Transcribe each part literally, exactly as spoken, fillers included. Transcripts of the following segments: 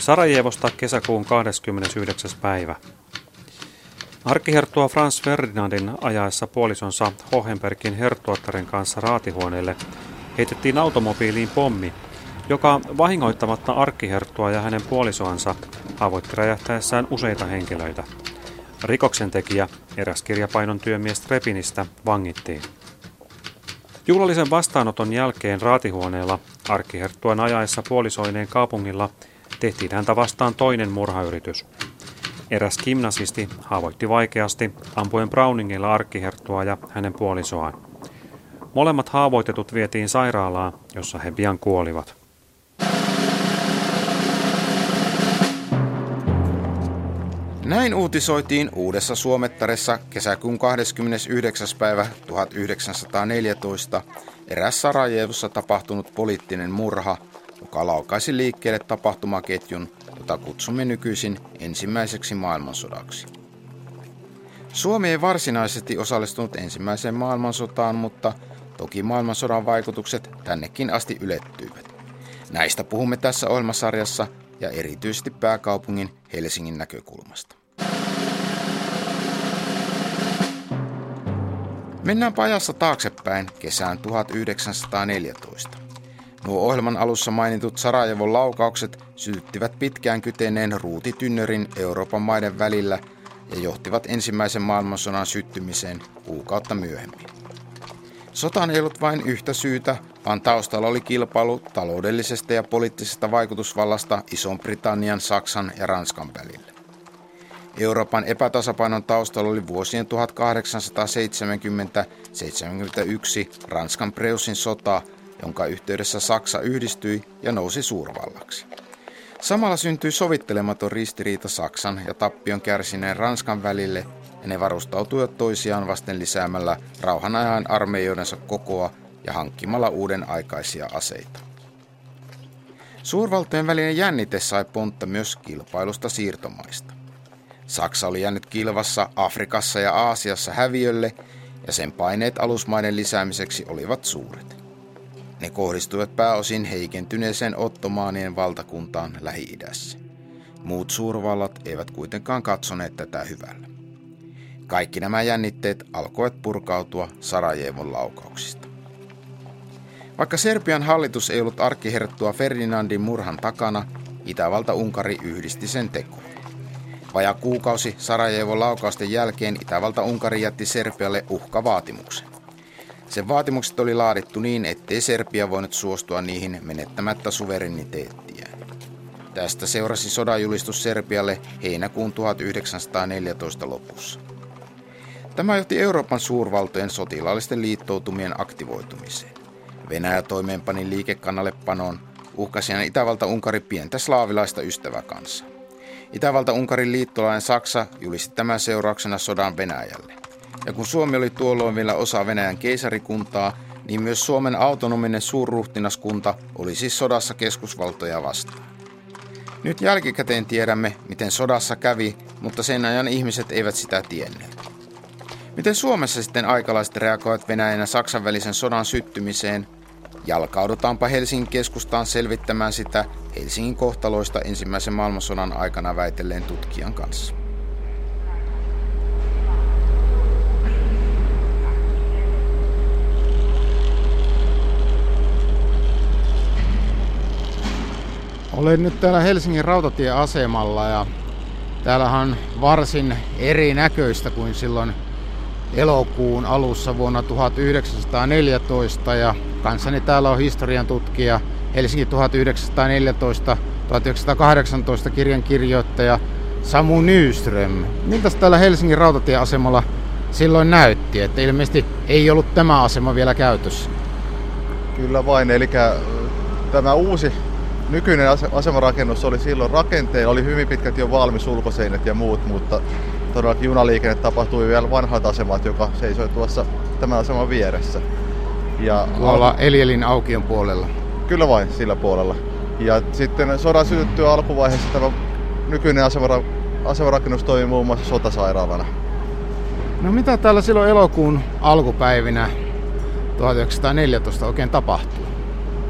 Sarajevosta kesäkuun kahdeskymmenesyhdeksäs päivä. Arkkiherttua Franz Ferdinandin ajaessa puolisonsa Hohenbergin herttuattaren kanssa raatihuoneelle heitettiin automobiiliin pommi, joka vahingoittamatta arkkiherttua ja hänen puolisoansa haavoitti räjähtäessään useita henkilöitä. Rikoksentekijä, eräs kirjapainon työmies Trepinistä, vangittiin. Juhlallisen vastaanoton jälkeen raatihuoneella arkkiherttuan ajaessa puolisoineen kaupungilla tehtiin häntä vastaan toinen murhayritys. Eräs gimnasisti haavoitti vaikeasti ampuen Browningilla arkkiherttua ja hänen puolisoaan. Molemmat haavoitetut vietiin sairaalaan, jossa he pian kuolivat. Näin uutisoitiin Uudessa Suomettaressa kesäkuun kahdeskymmenesyhdeksäs päivä tuhatyhdeksänsataaneljätoista eräs Sarajevossa tapahtunut poliittinen murha, joka laukaisi liikkeelle tapahtumaketjun, jota kutsumme nykyisin ensimmäiseksi maailmansodaksi. Suomi ei varsinaisesti osallistunut ensimmäiseen maailmansotaan, mutta toki maailmansodan vaikutukset tännekin asti ylettyivät. Näistä puhumme tässä ohjelmasarjassa ja erityisesti pääkaupungin Helsingin näkökulmasta. Mennäänpä ajassa taaksepäin kesään tuhatyhdeksänsataaneljätoista. Nuo ohjelman alussa mainitut Sarajevon laukaukset sytyttivät pitkään kyteneen ruutitynnyrin Euroopan maiden välillä ja johtivat ensimmäisen maailmansodan syttymiseen kuukautta myöhemmin. Sotaan ei ollut vain yhtä syytä, vaan taustalla oli kilpailu taloudellisesta ja poliittisesta vaikutusvallasta Ison-Britannian, Saksan ja Ranskan välillä. Euroopan epätasapainon taustalla oli vuosien tuhatkahdeksansataaseitsemänkymmentä seitsemänkymmentäyksi Ranskan Preussin sota, jonka yhteydessä Saksa yhdistyi ja nousi suurvallaksi. Samalla syntyi sovittelematon ristiriita Saksan ja tappion kärsineen Ranskan välille, ja ne varustautuivat toisiaan vasten lisäämällä rauhanajan armeijoidensa kokoa ja hankkimalla uuden aikaisia aseita. Suurvaltojen välinen jännite sai pontta myös kilpailusta siirtomaista. Saksa oli jäänyt kilvassa Afrikassa ja Aasiassa häviölle, ja sen paineet alusmaiden lisäämiseksi olivat suuret. Ne kohdistuivat pääosin heikentyneeseen ottomaanien valtakuntaan Lähi-idässä. Muut suurvallat eivät kuitenkaan katsoneet tätä hyvällä. Kaikki nämä jännitteet alkoivat purkautua Sarajevon laukauksista. Vaikka Serbian hallitus ei ollut arkkiherttua Ferdinandin murhan takana, Itävalta-Unkari yhdisti sen tekoon. Vajaa kuukausi Sarajevon laukausten jälkeen Itävalta-Unkari jätti Serbialle uhkavaatimuksen. Sen vaatimukset oli laadittu niin, ettei Serbia voinut suostua niihin menettämättä suvereniteettiään. Tästä seurasi sodanjulistus Serbialle heinäkuun tuhatyhdeksänsataaneljätoista lopussa. Tämä johti Euroopan suurvaltojen sotilaallisten liittoutumien aktivoitumiseen. Venäjä toimeenpani liikekannallepanoon uhkasina Itävalta-Unkari pientä slaavilaista ystäväkansaa. Itävalta-Unkarin liittolainen Saksa julisti tämän seurauksena sodan Venäjälle. Ja kun Suomi oli tuolloin vielä osa Venäjän keisarikuntaa, niin myös Suomen autonominen suurruhtinaskunta oli siis sodassa keskusvaltoja vastaan. Nyt jälkikäteen tiedämme, miten sodassa kävi, mutta sen ajan ihmiset eivät sitä tienneet. Miten Suomessa sitten aikalaiset reagoivat Venäjän ja Saksan välisen sodan syttymiseen? Jalkaudutaanpa Helsingin keskustaan selvittämään sitä Helsingin kohtaloista ensimmäisen maailmansodan aikana väitelleen tutkijan kanssa. Olen nyt täällä Helsingin rautatieasemalla ja täällähän on varsin erinäköistä kuin silloin elokuun alussa vuonna tuhatyhdeksänsataaneljätoista ja kanssani täällä on historian tutkija Helsingin tuhatyhdeksänsataaneljätoista tuhatyhdeksänsataakahdeksantoista kirjan kirjoittaja Samu Nyström. Miltäs täällä Helsingin rautatieasemalla silloin näytti, että ilmeisesti ei ollut tämä asema vielä käytössä? Kyllä vain, eli tämä uusi nykyinen asemarakennus oli silloin rakenteella, oli hyvin pitkät jo valmis ulkoseinät ja muut, mutta todellakin junaliikenne tapahtui vielä vanhat asemat, joka seisoi tuossa tämän aseman vieressä. Ja tuolla Elielin aukion puolella? Kyllä vain, sillä puolella. Ja sitten sodan sytyttyä alkuvaiheessa tämä nykyinen asemara, asemarakennus toimi muun muassa sotasairaalana. No mitä täällä silloin elokuun alkupäivinä tuhatyhdeksänsataaneljätoista oikein tapahtui?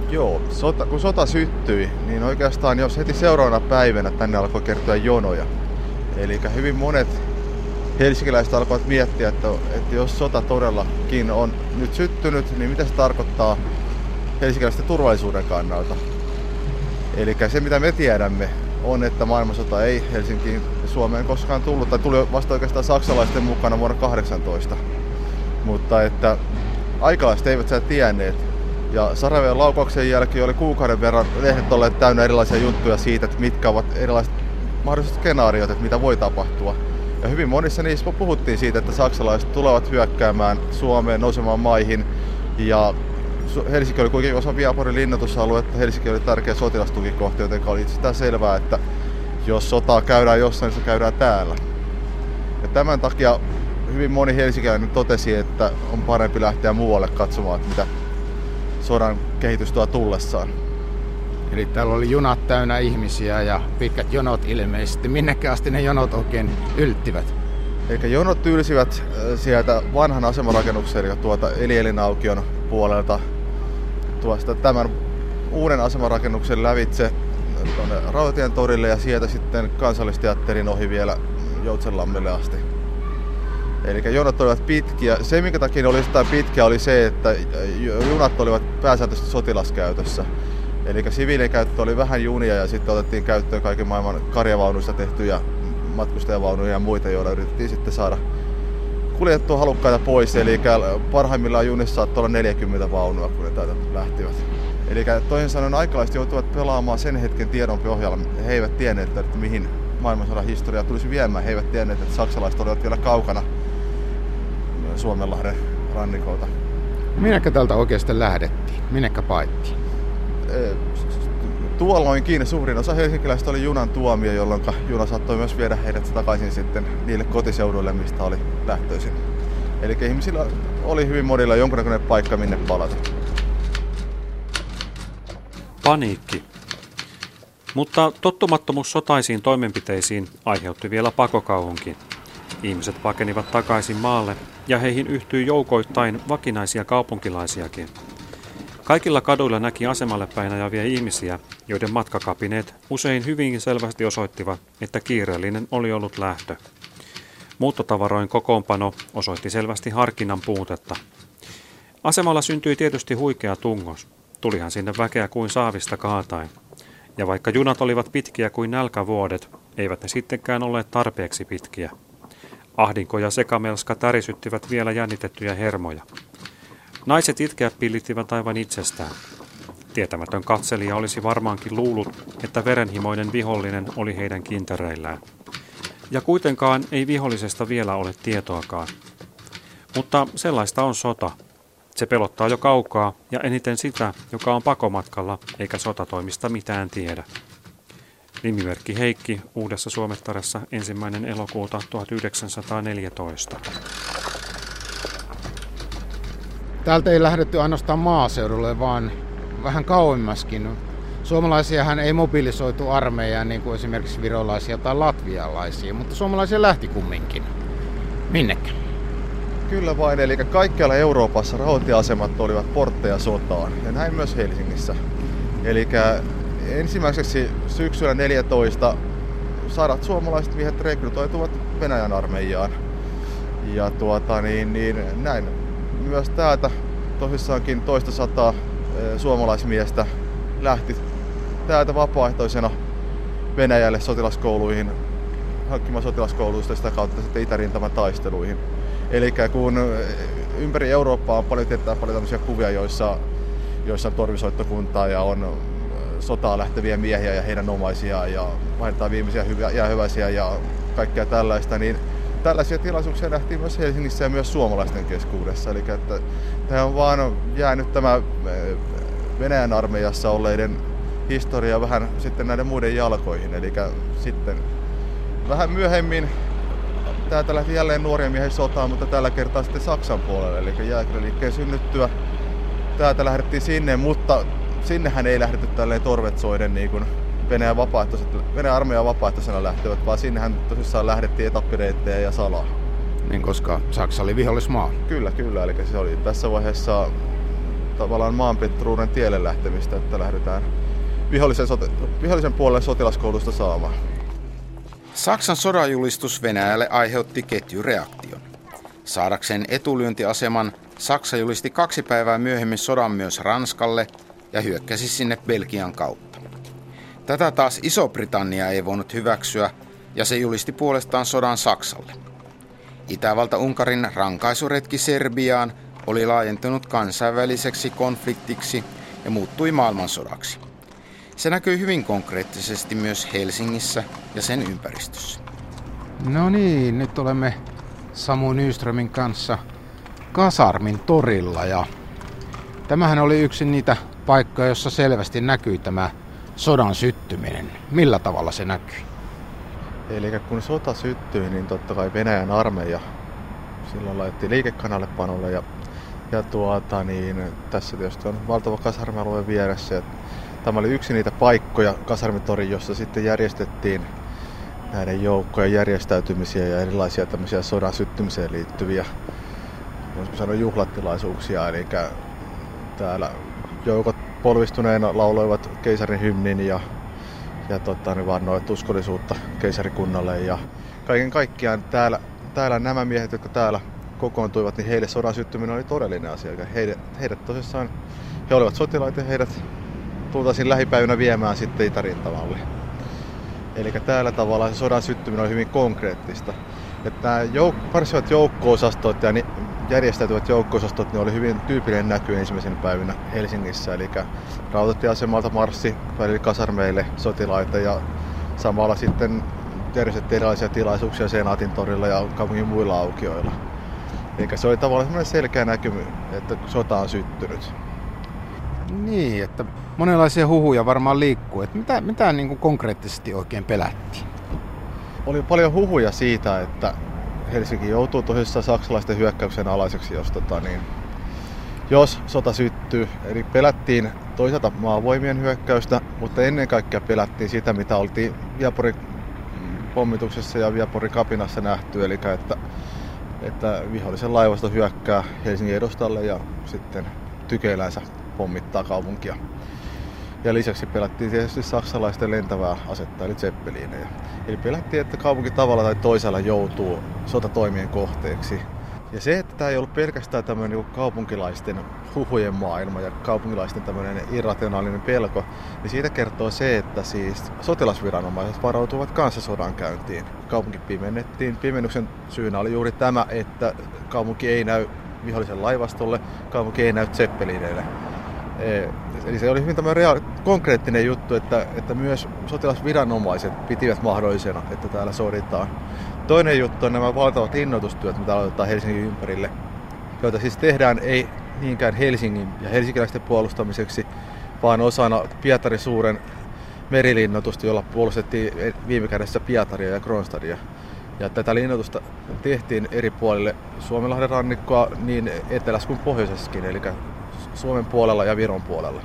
Joo, sota, kun sota syttyi, niin oikeastaan jos heti seuraavana päivänä tänne alkoi kertyä jonoja. Eli hyvin monet helsinkiläiset alkoivat miettiä, että, että jos sota todellakin on nyt syttynyt, niin mitä se tarkoittaa helsinkiläisten turvallisuuden kannalta. Eli se mitä me tiedämme on, että maailmansota ei Helsinkiin ja Suomeen koskaan tullut, tai tuli vasta oikeastaan saksalaisten mukana vuonna kahdeksantoista. Mutta että aikalaiset eivät sitä tienneet. Ja Sarajevo'n laukauksen jälkeen oli kuukauden verran lehdet olleet täynnä erilaisia juttuja siitä, että mitkä ovat erilaiset mahdolliset skenaariot, että mitä voi tapahtua. Ja hyvin monissa niissä puhuttiin siitä, että saksalaiset tulevat hyökkäämään Suomeen, nousemaan maihin. Ja Helsinki oli kuitenkin osa Viaporin linnoitusaluetta, Helsinki oli tärkeä sotilastukikohta, joten oli itsestään selvää, että jos sotaa käydään jossain, niin se käydään täällä. Ja tämän takia hyvin moni helsinkiläinen totesi, että on parempi lähteä muualle katsomaan, mitä sodan kehitys tuo tullessaan. Eli täällä oli junat täynnä ihmisiä ja pitkät jonot ilmeisesti. Minnekä asti ne jonot oikein ylttivät? Eli jonot ylsivät sieltä vanhan asemarakennuksen, eli tuolta Eli-Elinaukion puolelta tuosta tämän uuden asemarakennuksen lävitse tuonne Rautatien torille ja sieltä sitten Kansallisteatterin ohi vielä Joutsenlammelle asti. Eli jonot olivat pitkiä. Se, minkä takia ne oli sitä pitkiä, oli se, että junat olivat pääsääntöisesti sotilaskäytössä. Eli siviilikäyttö oli vähän junia ja sitten otettiin käyttöön kaiken maailman karjavaunuista tehtyjä matkustajavaunuja ja muita, joilla yritettiin sitten saada kuljettua halukkaita pois. Eli parhaimmillaan junissa saattoi olla neljäkymmentä vaunua, kun ne täältä lähtivät. Eli toisin sanoen aikalaiset joutuivat pelaamaan sen hetken tiedon pohjalla. He eivät tienneet, että mihin maailmansodan historia tulisi viemään. He eivät tienneet, että saksalaiset olivat vielä kaukana Suomenlahden rannikolta. Minnekä täältä oikeastaan lähdettiin? Minnekä paettiin? Tuolloinkin suurin osa helsinkiläisistä oli junan tuomia, jolloin juna saattoi myös viedä heidät takaisin sitten niille kotiseuduille, mistä oli lähtöisin. Eli ihmisillä oli hyvin monilla jonkunnäköinen paikka, minne palata. Paniikki. Mutta tottumattomuus sotaisiin toimenpiteisiin aiheutti vielä pakokauhunkin. Ihmiset pakenivat takaisin maalle ja heihin yhtyi joukoittain vakinaisia kaupunkilaisiakin. Kaikilla kaduilla näki asemalle päin ajavia ihmisiä, joiden matkakapineet usein hyvinkin selvästi osoittivat, että kiireellinen oli ollut lähtö. Muuttotavaroin kokoonpano osoitti selvästi harkinnan puutetta. Asemalla syntyi tietysti huikea tungos. Tulihan sinne väkeä kuin saavista kaatain. Ja vaikka junat olivat pitkiä kuin nälkävuodet, eivät ne sittenkään olleet tarpeeksi pitkiä. Ahdinko ja sekamelska tärisyttivät vielä jännitettyjä hermoja. Naiset itkeä pillittivät aivan itsestään. Tietämätön katselija olisi varmaankin luullut, että verenhimoinen vihollinen oli heidän kintereillään. Ja kuitenkaan ei vihollisesta vielä ole tietoakaan. Mutta sellaista on sota. Se pelottaa jo kaukaa ja eniten sitä, joka on pakomatkalla eikä sotatoimista mitään tiedä. Nimimerkki Heikki Uudessa Suomettaressa ensimmäinen elokuuta tuhatyhdeksänsataaneljätoista. Täältä ei lähdetty ainoastaan maaseudulle, vaan vähän kauemmaskin. Suomalaisiahan ei mobilisoitu armeijaan niin kuin esimerkiksi virolaisia tai latvialaisia, mutta suomalaisia lähti kumminkin. Minnekä? Kyllä vain, eli kaikkialla Euroopassa rautatieasemat olivat portteja sotaan, ja näin myös Helsingissä. Eli ensimmäiseksi syksyllä neljätoista sadat suomalaiset miehet rekrytoituvat Venäjän armeijaan. Ja tuota, niin, niin, näin myös täältä tosissaankin toista sataa e, suomalaismiestä lähti täältä vapaaehtoisena Venäjälle sotilaskouluihin, hankkimaan sotilaskoulutusta sitä kautta sitten itärintaman taisteluihin. Eli kun ympäri Eurooppaa on paljon, tietää paljon tämmöisiä kuvia, joissa, joissa on torvisoittokuntaa ja on sotaa lähteviä miehiä ja heidän omaisiaan ja mainitaan viimeisiä hyviä, jäähyväisiä ja kaikkea tällaista, niin tällaisia tilaisuuksia nähtiin myös Helsingissä ja myös suomalaisten keskuudessa. Eli että tämä on vaan jäänyt tämä Venäjän armeijassa olleiden historia vähän sitten näiden muiden jalkoihin. Eli sitten vähän myöhemmin täältä lähti jälleen nuoria miehiä sotaan, mutta tällä kertaa sitten Saksan puolelle. Eli jääkäräliikkeen synnyttyä täältä lähdettiin sinne, mutta sinnehän ei lähdetty tälleen torvetsoiden niin kuin Venäjän, Venäjän armeijan vapaaehtoisena lähtevät, vaan sinnehän tosissaan lähdettiin etappireittejä ja salaa. Niin, koska Saksa oli vihollismaa. Kyllä, kyllä. Eli se oli tässä vaiheessa tavallaan maanpetturuuden tielle lähtemistä, että lähdetään vihollisen, sote, vihollisen puolelle sotilaskoulutusta saamaan. Saksan sodanjulistus Venäjälle aiheutti ketjureaktion. Saadakseen etulyöntiaseman Saksa julisti kaksi päivää myöhemmin sodan myös Ranskalle ja hyökkäsi sinne Belgian kautta. Tätä taas Iso-Britannia ei voinut hyväksyä ja se julisti puolestaan sodan Saksalle. Itävalta-Unkarin rankaisuretki Serbiaan oli laajentunut kansainväliseksi konfliktiksi ja muuttui maailmansodaksi. Se näkyy hyvin konkreettisesti myös Helsingissä ja sen ympäristössä. No niin, nyt olemme Samu Nyströmin kanssa Kasarmin torilla ja tämähän oli yksi niitä paikkoja, jossa selvästi näkyi tämä sodan syttyminen. Millä tavalla se näkyi? Eli kun sota syttyi, niin totta kai Venäjän armeija silloin laitettiin liikekanallepanolle ja, ja tuota, niin, tässä tietysti on valtava kasarmialue vieressä. Ja tämä oli yksi niitä paikkoja Kasarmitori, jossa sitten järjestettiin näiden joukkojen järjestäytymisiä ja erilaisia tämmöisiä sodan syttymiseen liittyviä sanoa, juhlatilaisuuksia. Eli täällä joukot polvistuneena lauloivat keisarin hymnin ja, ja tota, niin vannoivat uskollisuutta keisarikunnalle. Ja kaiken kaikkiaan täällä, täällä nämä miehet, jotka täällä kokoontuivat, niin heille sodan syttyminen oli todellinen asia. Heidät, heidät tosissaan, he olivat sotilaita ja heidät tultaisiin lähipäivänä viemään sitten Itärintamalle. Eli täällä tavallaan se sodan syttyminen oli hyvin konkreettista. Että nämä jouk- varsinaat joukko-osastot ja ni- järjestäytyvät joukko-osastot niin oli hyvin tyypillinen näky ensimmäisenä päivinä Helsingissä. Eli rautatieasemalta marssi välillä kasarmeille sotilaita ja samalla sitten järjestettiin erilaisia tilaisuuksia Senaatin torilla ja kaupungin muilla aukioilla. Eli se oli tavallaan semmoinen selkeä näkymys, että sota on syttynyt. Niin, että monenlaisia huhuja varmaan liikkuu. Että mitä mitä niin kuin konkreettisesti oikein pelättiin? Oli paljon huhuja siitä, että Helsinki joutuu tosissaan saksalaisten hyökkäyksen alaiseksi, jos, tota, niin, jos sota syttyy. Eli pelättiin toisaalta maavoimien hyökkäystä, mutta ennen kaikkea pelättiin sitä, mitä oltiin Viaporin pommituksessa ja Viaporin kapinassa nähty. Eli että, että vihollisen laivasto hyökkää Helsingin edustalle ja sitten tykeiläänsä pommittaa kaupunkia. Ja lisäksi pelättiin tietysti saksalaisten lentävää asetta, eli zeppeliinejä. Eli pelättiin, että kaupunki tavalla tai toisella joutuu sotatoimien kohteeksi. Ja se, että tämä ei ollut pelkästään tämmöinen niin kaupunkilaisten huhujen maailma ja kaupunkilaisten tämmöinen irrationaalinen pelko, niin siitä kertoo se, että siis sotilasviranomaiset varautuvat kanssa sodankäyntiin. Kaupunki pimennettiin. Pimennyksen syynä oli juuri tämä, että kaupunki ei näy vihollisen laivastolle, kaupunki ei näy zeppeliineille. Eli se oli hyvin tämmöinen reaali, konkreettinen juttu, että, että myös sotilasviranomaiset pitivät mahdollisena, että täällä soditaan. Toinen juttu on nämä valtavat innoitustyöt, mitä aloitetaan Helsingin ympärille, joita siis tehdään ei niinkään Helsingin ja helsinkiläisten puolustamiseksi, vaan osana Pietarin suuren merilinnoitusta, jolla puolustettiin viime kädessä Pietaria ja Kronstadia. Ja tätä linnoitusta tehtiin eri puolille Suomenlahden rannikkoa niin etelässä kuin pohjoisessakin, eli Suomen puolella ja Viron puolella.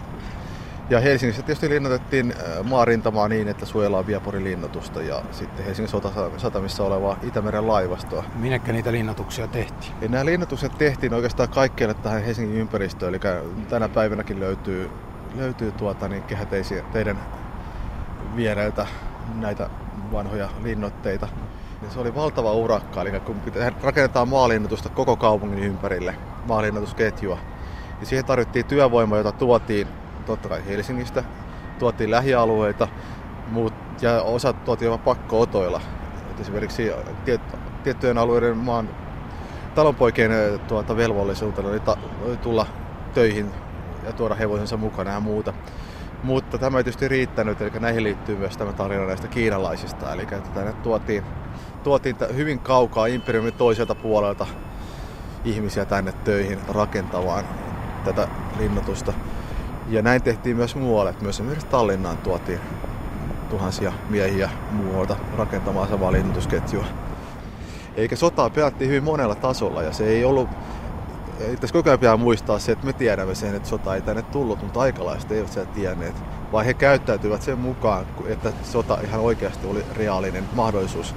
Ja Helsingissä tietysti linnoitettiin maarintamaa niin, että suojellaan Viaporin linnoitusta ja sitten Helsingin satamissa olevaa Itämeren laivastoa. Minnekä niitä linnoituksia tehtiin? Ja nämä linnoitukset tehtiin oikeastaan kaikkialle tähän Helsingin ympäristöön, eli tänä päivänäkin löytyy, löytyy tuota, niin kehäteisiä teidän viereiltä näitä vanhoja linnoitteita. Ja se oli valtava urakka, eli kun rakennetaan maalinnoitusta koko kaupungin ympärille, maalinnoitusketjua, niin siihen tarvittiin työvoimaa, jota tuotiin totta kai Helsingistä, tuotiin lähialueita, muut, ja osa tuotiin jopa pakko-otoilla. Et esimerkiksi tiet, tiettyjen alueiden maan talonpoikien tuota, velvollisuutena oli, ta, oli tulla töihin ja tuoda hevosensa mukana ja muuta. Mutta tämä ei tietysti riittänyt, eli näihin liittyy myös tämä tarina näistä kiinalaisista. Eli tänne tuotiin, tuotiin hyvin kaukaa imperiumin toiselta puolelta ihmisiä tänne töihin rakentamaan tätä linnoitusta. Ja näin tehtiin myös muualle. Myös esimerkiksi Tallinnaan tuotiin tuhansia miehiä muualta rakentamaan samaa linnoitusketjua. Eikä sotaa pelättiin hyvin monella tasolla ja se ei ollut... Tässä koko ajan pitää muistaa se, että me tiedämme sen, että sota ei tänne tullut, mutta aikalaiset eivät sitä tienneet. Vaan he käyttäytyivät sen mukaan, että sota ihan oikeasti oli reaalinen mahdollisuus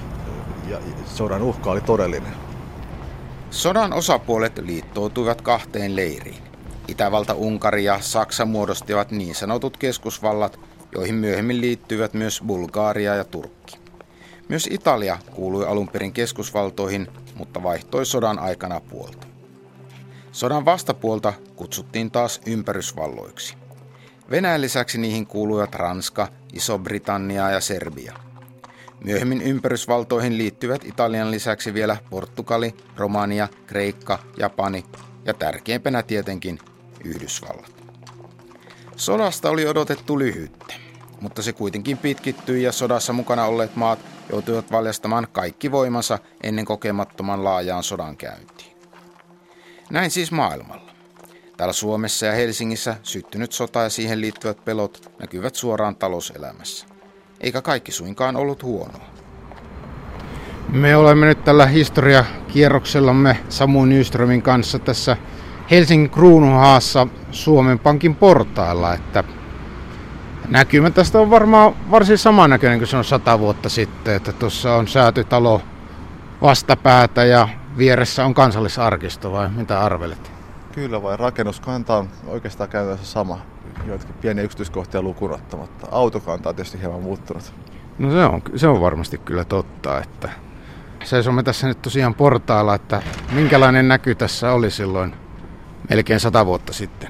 ja sodan uhka oli todellinen. Sodan osapuolet liittoutuivat kahteen leiriin. Itävalta, Unkari ja Saksa muodostivat niin sanotut keskusvallat, joihin myöhemmin liittyivät myös Bulgaria ja Turkki. Myös Italia kuului alun perin keskusvaltoihin, mutta vaihtoi sodan aikana puolta. Sodan vastapuolta kutsuttiin taas ympärysvalloiksi. Venäjän lisäksi niihin kuuluivat Ranska, Iso-Britannia ja Serbia. Myöhemmin ympärysvaltoihin liittyvät Italian lisäksi vielä Portugali, Romania, Kreikka, Japani ja tärkeimpänä tietenkin Yhdysvallat. Sodasta oli odotettu lyhyyttä, mutta se kuitenkin pitkittyi ja sodassa mukana olleet maat joutuivat valjastamaan kaikki voimansa ennen kokemattoman laajaan sodankäyntiin. Näin siis maailmalla. Täällä Suomessa ja Helsingissä syttynyt sota ja siihen liittyvät pelot näkyvät suoraan talouselämässä. Eikä kaikki suinkaan ollut huonoa. Me olemme nyt tällä historiakierroksellamme Samu Nyströmin kanssa tässä Helsingin Kruununhaassa Suomen Pankin portailla, että näkymä tästä on varmaan varsin samannäköinen kuin se on sata vuotta sitten, että tuossa on Säätytalo vastapäätä ja vieressä on Kansallisarkisto, vai mitä arvelet? Kyllä vai, rakennuskanta on oikeastaan käytännössä sama, joitakin pieniä yksityiskohtia lukuun ottamatta. Autokanta on tietysti hieman muuttunut. No se on, se on varmasti kyllä totta, että seisomme tässä nyt tosiaan portailla, että minkälainen näky tässä oli silloin melkein sata vuotta sitten?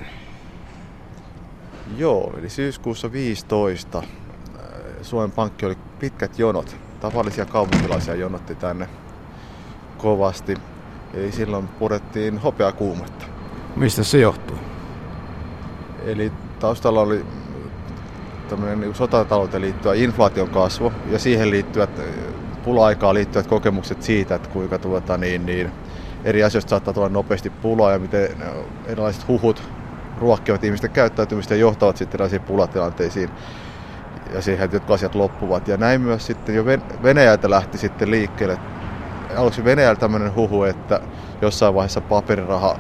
Joo, eli syyskuussa viisitoista Suomen Pankki oli pitkät jonot. Tavallisia kaupunkilaisia jonotti tänne kovasti. Eli silloin purettiin hopeakuumetta. Mistä se johtuu? Eli taustalla oli tämmöinen niin sotatalouteen liittyvä inflaation kasvu ja siihen liittyvät pula-aikaan liittyvät kokemukset siitä, että kuinka tuota, niin, niin, eri asioista saattaa tulla nopeasti pulaa ja miten erilaiset huhut ruokkivat ihmisten käyttäytymistä ja johtavat sitten erilaisiin pulatilanteisiin ja siihen, että jotkut asiat loppuvat. Ja näin myös sitten jo Venäjältä lähti sitten liikkeelle. Aluksi Venäjältä tämmöinen huhu, että jossain vaiheessa paperiraha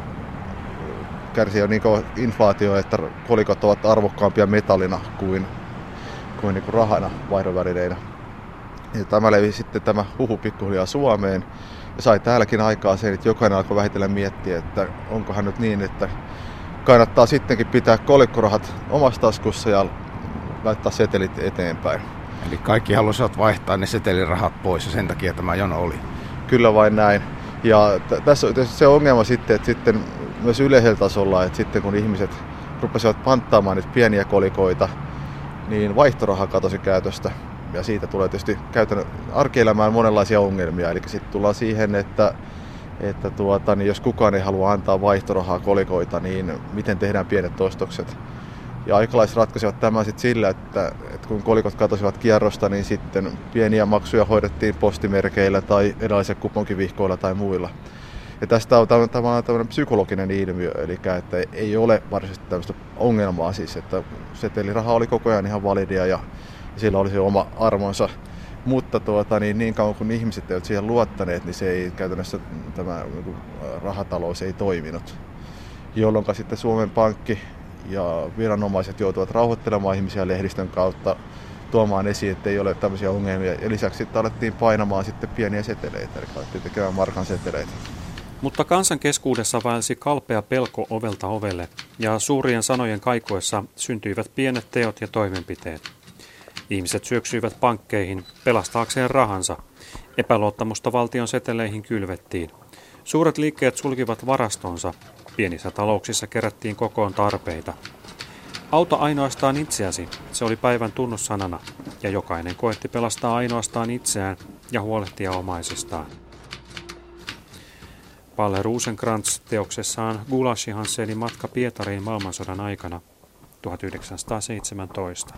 kärsii jo niin kuin inflaatio, että kolikot ovat arvokkaampia metallina kuin, kuin, niin kuin rahana vaihdonvälineinä. Ja tämä levi sitten tämä huhu pikkuhiljaa Suomeen ja sai täälläkin aikaa sen, että jokainen alkoi vähitellen miettiä, että onkohan nyt niin, että kannattaa sittenkin pitää kolikkorahat omassa taskussa ja laittaa setelit eteenpäin. Eli kaikki halusivat vaihtaa ne setelirahat pois ja sen takia tämä jono oli. Kyllä vain näin. Ja t- tässä on tietysti se ongelma sitten, että sitten myös yleisellä tasolla, että sitten kun ihmiset rupesivat panttaamaan niitä pieniä kolikoita, niin vaihtoraha katosi käytöstä. Ja siitä tulee tietysti käytännön arkielämään monenlaisia ongelmia. Eli sitten tullaan siihen, että, että tuota, niin jos kukaan ei halua antaa vaihtorahaa kolikoita, niin miten tehdään pienet ostokset. Ja aikalaiset ratkaisivat tämän sitten sillä, että, että kun kolikot katosivat kierrosta, niin sitten pieniä maksuja hoidettiin postimerkeillä tai erilaisilla kuponkivihkoilla tai muilla. Ja tästä on tavallaan tämmöinen psykologinen ilmiö, eli että ei ole varsinaisesti tämmöistä ongelmaa siis, että seteliraha oli koko ajan ihan validia ja sillä oli se oma arvonsa. Mutta tuota, niin, niin kauan kun ihmiset eivät siihen luottaneet, niin se ei käytännössä tämä rahatalous ei toiminut. Jolloin sitten Suomen Pankki ja viranomaiset joutuvat rauhoittelemaan ihmisiä lehdistön kautta, tuomaan esiin, että ei ole tämmöisiä ongelmia. Ja lisäksi sitten alettiin painamaan sitten pieniä seteleitä, eli alettiin tekemään markan seteleitä. Mutta kansan keskuudessa vaelsi kalpea pelko ovelta ovelle, ja suurien sanojen kaikuessa syntyivät pienet teot ja toimenpiteet. Ihmiset syöksyivät pankkeihin pelastaakseen rahansa. Epäluottamusta valtion seteleihin kylvettiin. Suuret liikkeet sulkivat varastonsa. Pienissä talouksissa kerättiin kokoon tarpeita. Auta ainoastaan itseäsi, se oli päivän tunnussanana, ja jokainen koetti pelastaa ainoastaan itseään ja huolehtia omaisistaan. Palle Rosenkrantz teoksessaan Gulasch Hansenin matka Pietariin maailmansodan aikana tuhatyhdeksänsataaseitsemäntoista.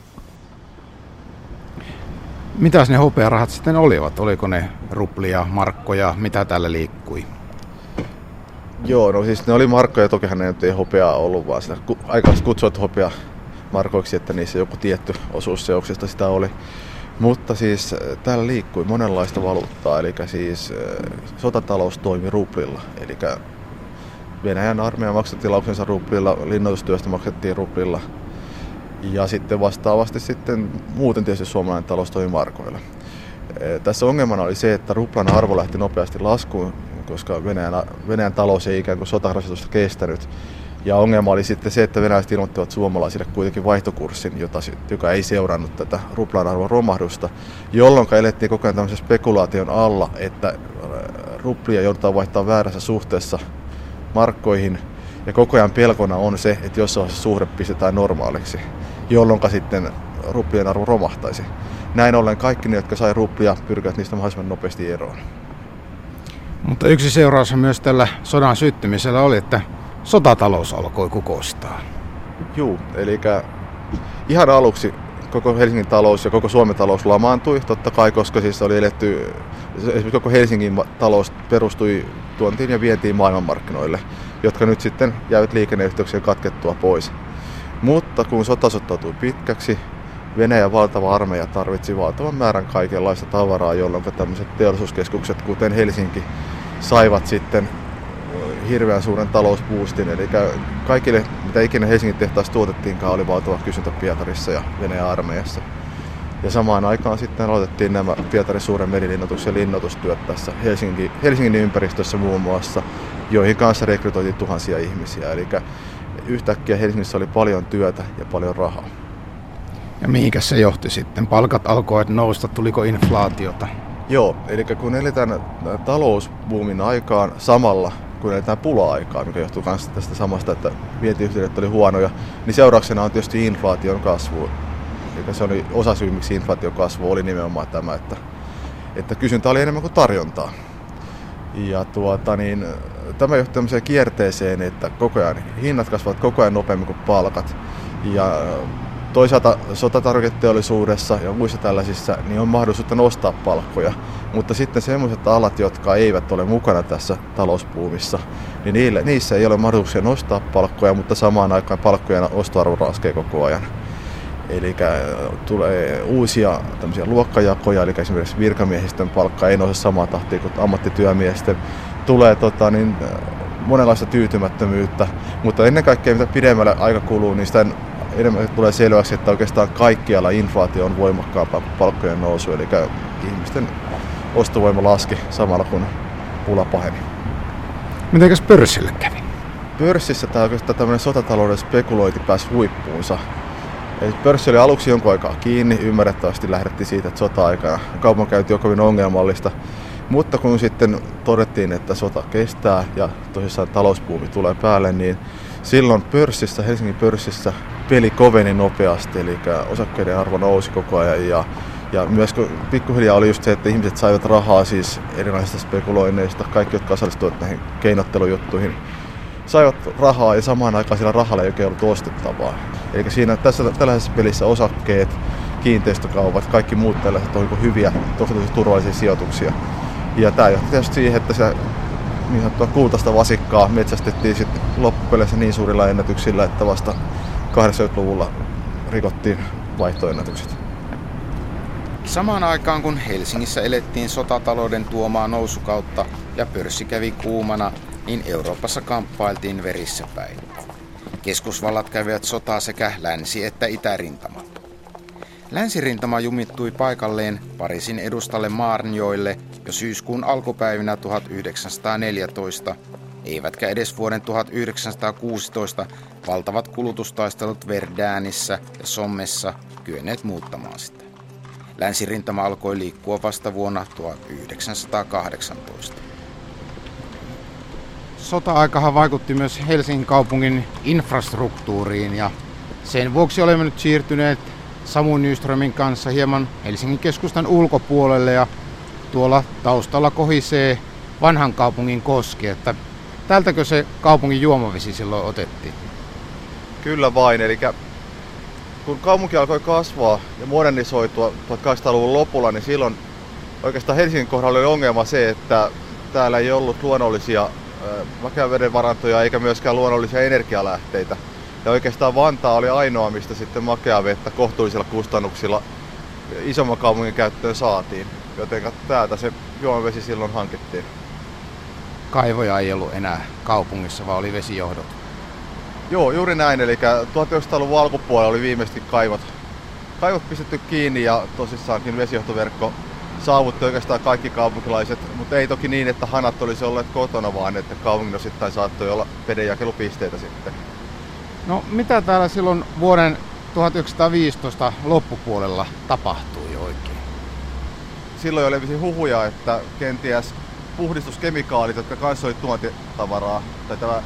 Mitäs ne hopearahat sitten olivat? Oliko ne ruplia, markkoja, mitä täällä liikkui? Joo, no siis ne oli markkoja, tokihan ne nyt ei hopeaa ollut, vaan sitä aikalaiset kutsuvat hopea markoiksi, että niissä joku tietty osuus seoksesta sitä oli. Mutta siis täällä liikkui monenlaista valuuttaa, eli siis sotatalous toimi ruplilla. Eli Venäjän armeija maksettiin lauksensa ruplilla, linnoitustyöstä maksettiin ruplilla. Ja sitten vastaavasti sitten muuten tietysti suomalainen talous toimi markoilla. Tässä ongelmana oli se, että ruplan arvo lähti nopeasti laskuun, koska Venäjän, Venäjän talous ei ikään kuin sotarasitusta kestänyt. Ja ongelma oli sitten se, että venäläiset ilmoittivat suomalaisille kuitenkin vaihtokurssin, jota, joka ei seurannut tätä ruplan arvon romahdusta, jolloin elettiin koko ajan tämmöisen spekulaation alla, että ruplia joudutaan vaihtaa väärässä suhteessa markkoihin. Ja koko ajan pelkona on se, että jossain vaiheessa suhde pistetään normaaliksi, jolloin sitten ruplien arvo romahtaisi. Näin ollen kaikki ne, jotka sai ruplia, pyrkivät niistä mahdollisimman nopeasti eroon. Mutta yksi seuraus myös tällä sodan syttymisellä oli, että sotatalous alkoi kukoistaa. Juu, eli ihan aluksi koko Helsingin talous ja koko Suomen talous lamaantui, totta kai, koska siis oli eletty, esimerkiksi koko Helsingin talous perustui tuontiin ja vientiin maailmanmarkkinoille, jotka nyt sitten jäivät liikenneyhteyksien katkettua pois. Mutta kun sota sottautui pitkäksi, Venäjän valtava armeija tarvitsi valtavan määrän kaikenlaista tavaraa, jolloin tämmöiset teollisuuskeskukset, kuten Helsinki, saivat sitten hirveän suuren talousboostin. Eli kaikille, mitä ikinä Helsingin tehtaassa tuotettiinkaan, oli valtava kysyntä Pietarissa ja Venäjän armeijassa. Ja samaan aikaan sitten aloitettiin nämä Pietarin suuren merilinnoitus- ja linnoitustyöt tässä Helsingin, Helsingin ympäristössä muun muassa, joihin kanssa rekrytoitiin tuhansia ihmisiä. Eli yhtäkkiä Helsingissä oli paljon työtä ja paljon rahaa. Ja mihinkä se johti sitten? Palkat alkoivat nousta, tuliko inflaatiota? Joo, eli kun eletään talousbuumin aikaan samalla, kun eletään pula-aikaa, mikä johtuu myös tästä samasta, että vientiyhteydet oli huonoja, niin seurauksena on tietysti inflaation kasvu. Eli se oli osasyy, miksi inflaation kasvu oli nimenomaan tämä, että, että kysyntä oli enemmän kuin tarjontaa. Ja tuota, niin, tämä johti tämmöiseen kierteeseen, että koko ajan hinnat kasvavat koko ajan nopeammin kuin palkat. Ja toisaalta sotatarviketeollisuudessa ja muissa tällaisissa niin on mahdollisuutta nostaa palkkoja, mutta sitten sellaiset alat, jotka eivät ole mukana tässä talousbuumissa, niin niille, niissä ei ole mahdollisuuksia nostaa palkkoja, mutta samaan aikaan palkkojen ostoarvo laskee koko ajan. Eli tulee uusia tämmöisiä luokkajakoja, eli esimerkiksi virkamiehistön palkka ei nouse samaa tahtia kuin ammattityömiesten. Tulee tota, niin, monenlaista tyytymättömyyttä, mutta ennen kaikkea mitä pidemmällä aika kuluu, niin sitä enemmän tulee selväksi, että oikeastaan kaikkialla inflaatio on voimakkaampaa kuin palkkojen nousu, eli ihmisten ostovoima laski samalla kun pula paheni. Mitenkäs pörssille kävi? Pörssissä tämä oikeastaan tämmöinen sotatalouden spekulointi pääsi huippuunsa. Eli pörssi oli aluksi jonkun aikaa kiinni, ymmärrettävästi lähdettiin siitä, että sota-aikana kaupankäynti on kovin ongelmallista. Mutta kun sitten todettiin, että sota kestää ja tosissaan talousbuumi tulee päälle, niin silloin pörssissä, Helsingin pörssissä peli koveni nopeasti, eli osakkeiden arvo nousi koko ajan. Ja, ja myös pikkuhiljaa oli just se, että ihmiset saivat rahaa siis erilaisista spekuloinneista, kaikki, jotka osallistuivat näihin keinottelujuttuihin, saivat rahaa ja samaan aikaan sillä rahalla ei oikein ollut ostettavaa. Eli siinä tässä tällaisessa pelissä osakkeet, kiinteistökaupat, kaikki muut tällaiset on hyviä, tosi turvallisia sijoituksia. Ja tämä johti tietysti siihen, että se niin sanottua kultaista vasikkaa metsästettiin sitten loppupeleissä niin suurilla ennätyksillä, että vasta kahdeksankymmentäluvulla rikottiin vaihtoennätykset. Samaan aikaan kun Helsingissä elettiin sotatalouden tuomaa nousukautta ja pörssi kävi kuumana, niin Euroopassa kamppailtiin verissä päin. Keskusvallat kävivät sotaa sekä länsi- että itärintama. Länsirintama jumittui paikalleen Pariisin edustalle Marnjoille jo syyskuun alkupäivinä tuhatyhdeksänsataaneljätoista, eivätkä edes vuoden tuhatyhdeksänsataakuusitoista valtavat kulutustaistelut Verdanissä ja Sommessa kyenneet muuttamaan sitä. Länsirintama alkoi liikkua vasta vuonna tuhatyhdeksänsataakahdeksantoista. Sota-aikahan vaikutti myös Helsingin kaupungin infrastruktuuriin ja sen vuoksi olemme nyt siirtyneet Samu Nyströmin kanssa hieman Helsingin keskustan ulkopuolelle ja tuolla taustalla kohisee vanhan kaupungin koski, että tältäkö se kaupungin juomavesi silloin otettiin? Kyllä vain, eli kun kaupunki alkoi kasvaa ja modernisoitua tuhatkahdeksansataaluvun lopulla, niin silloin oikeastaan Helsingin kohdalla oli ongelma se, että täällä ei ollut luonnollisia makean veden varantoja eikä myöskään luonnollisia energialähteitä. Ja oikeastaan Vantaa oli ainoa, mistä sitten makeaa vettä kohtuullisilla kustannuksilla isomman kaupungin käyttöön saatiin. Joten täältä se juomavesi silloin hankittiin. Kaivoja ei ollut enää kaupungissa, vaan oli vesijohdot. Joo, juuri näin. Eli tuhatyhdeksänsataaluvun alkupuolella oli viimeisesti kaivot, kaivot pistetty kiinni ja tosissaankin vesijohtoverkko saavutti oikeastaan kaikki kaupunkilaiset, mutta ei toki niin, että hanat olisi olleet kotona, vaan että kaupungin osittain saattoi olla vedenjakelupisteitä sitten. No mitä täällä silloin vuoden tuhatyhdeksänsataaviisitoista loppupuolella tapahtui oikein? Silloin oli levisi huhuja, että kenties puhdistuskemikaalit, jotka kanssa oli tuontitavaraa, tai tämä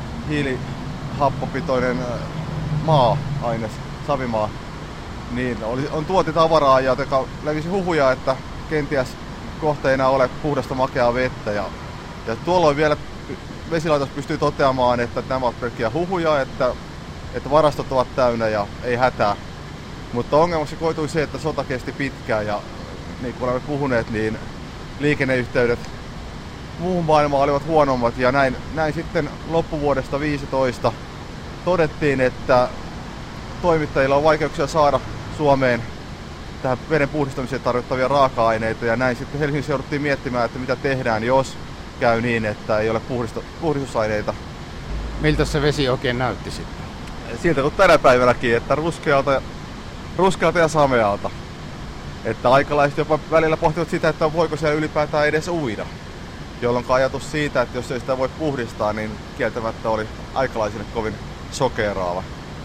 hiilihappopitoinen maa-aines, savimaa, niin oli, on tuotitavaraa, ja levisi huhuja, että kenties kohteena ole puhdasta makeaa vettä. Ja, ja tuolloin vielä vesilaitos pystyy toteamaan, että nämä ovat pelkkiä huhuja, että, että varastot ovat täynnä ja ei hätää. Mutta ongelmaksi koitui se, että sota kesti pitkään ja niin kuin olemme puhuneet, niin liikenneyhteydet muuhun maailmaan olivat huonommat. Ja näin, näin sitten loppuvuodesta viisitoista todettiin, että toimittajilla on vaikeuksia saada Suomeen tähän veden puhdistamiseen tarvittavia raaka-aineita. Ja näin sitten Helsingissä jouduttiin miettimään, että mitä tehdään, jos käy niin, että ei ole puhdistusaineita. Miltä se vesi oikein näytti sitten? Siltä kuin tänä päivänäkin, että ruskealta, ruskealta ja samealta. Että aikalaiset jopa välillä pohtivat sitä, että voiko siellä ylipäätään edes uida. Jolloin ajatus siitä, että jos ei sitä voi puhdistaa, niin kieltämättä oli aikalaisille kovin sokeraava.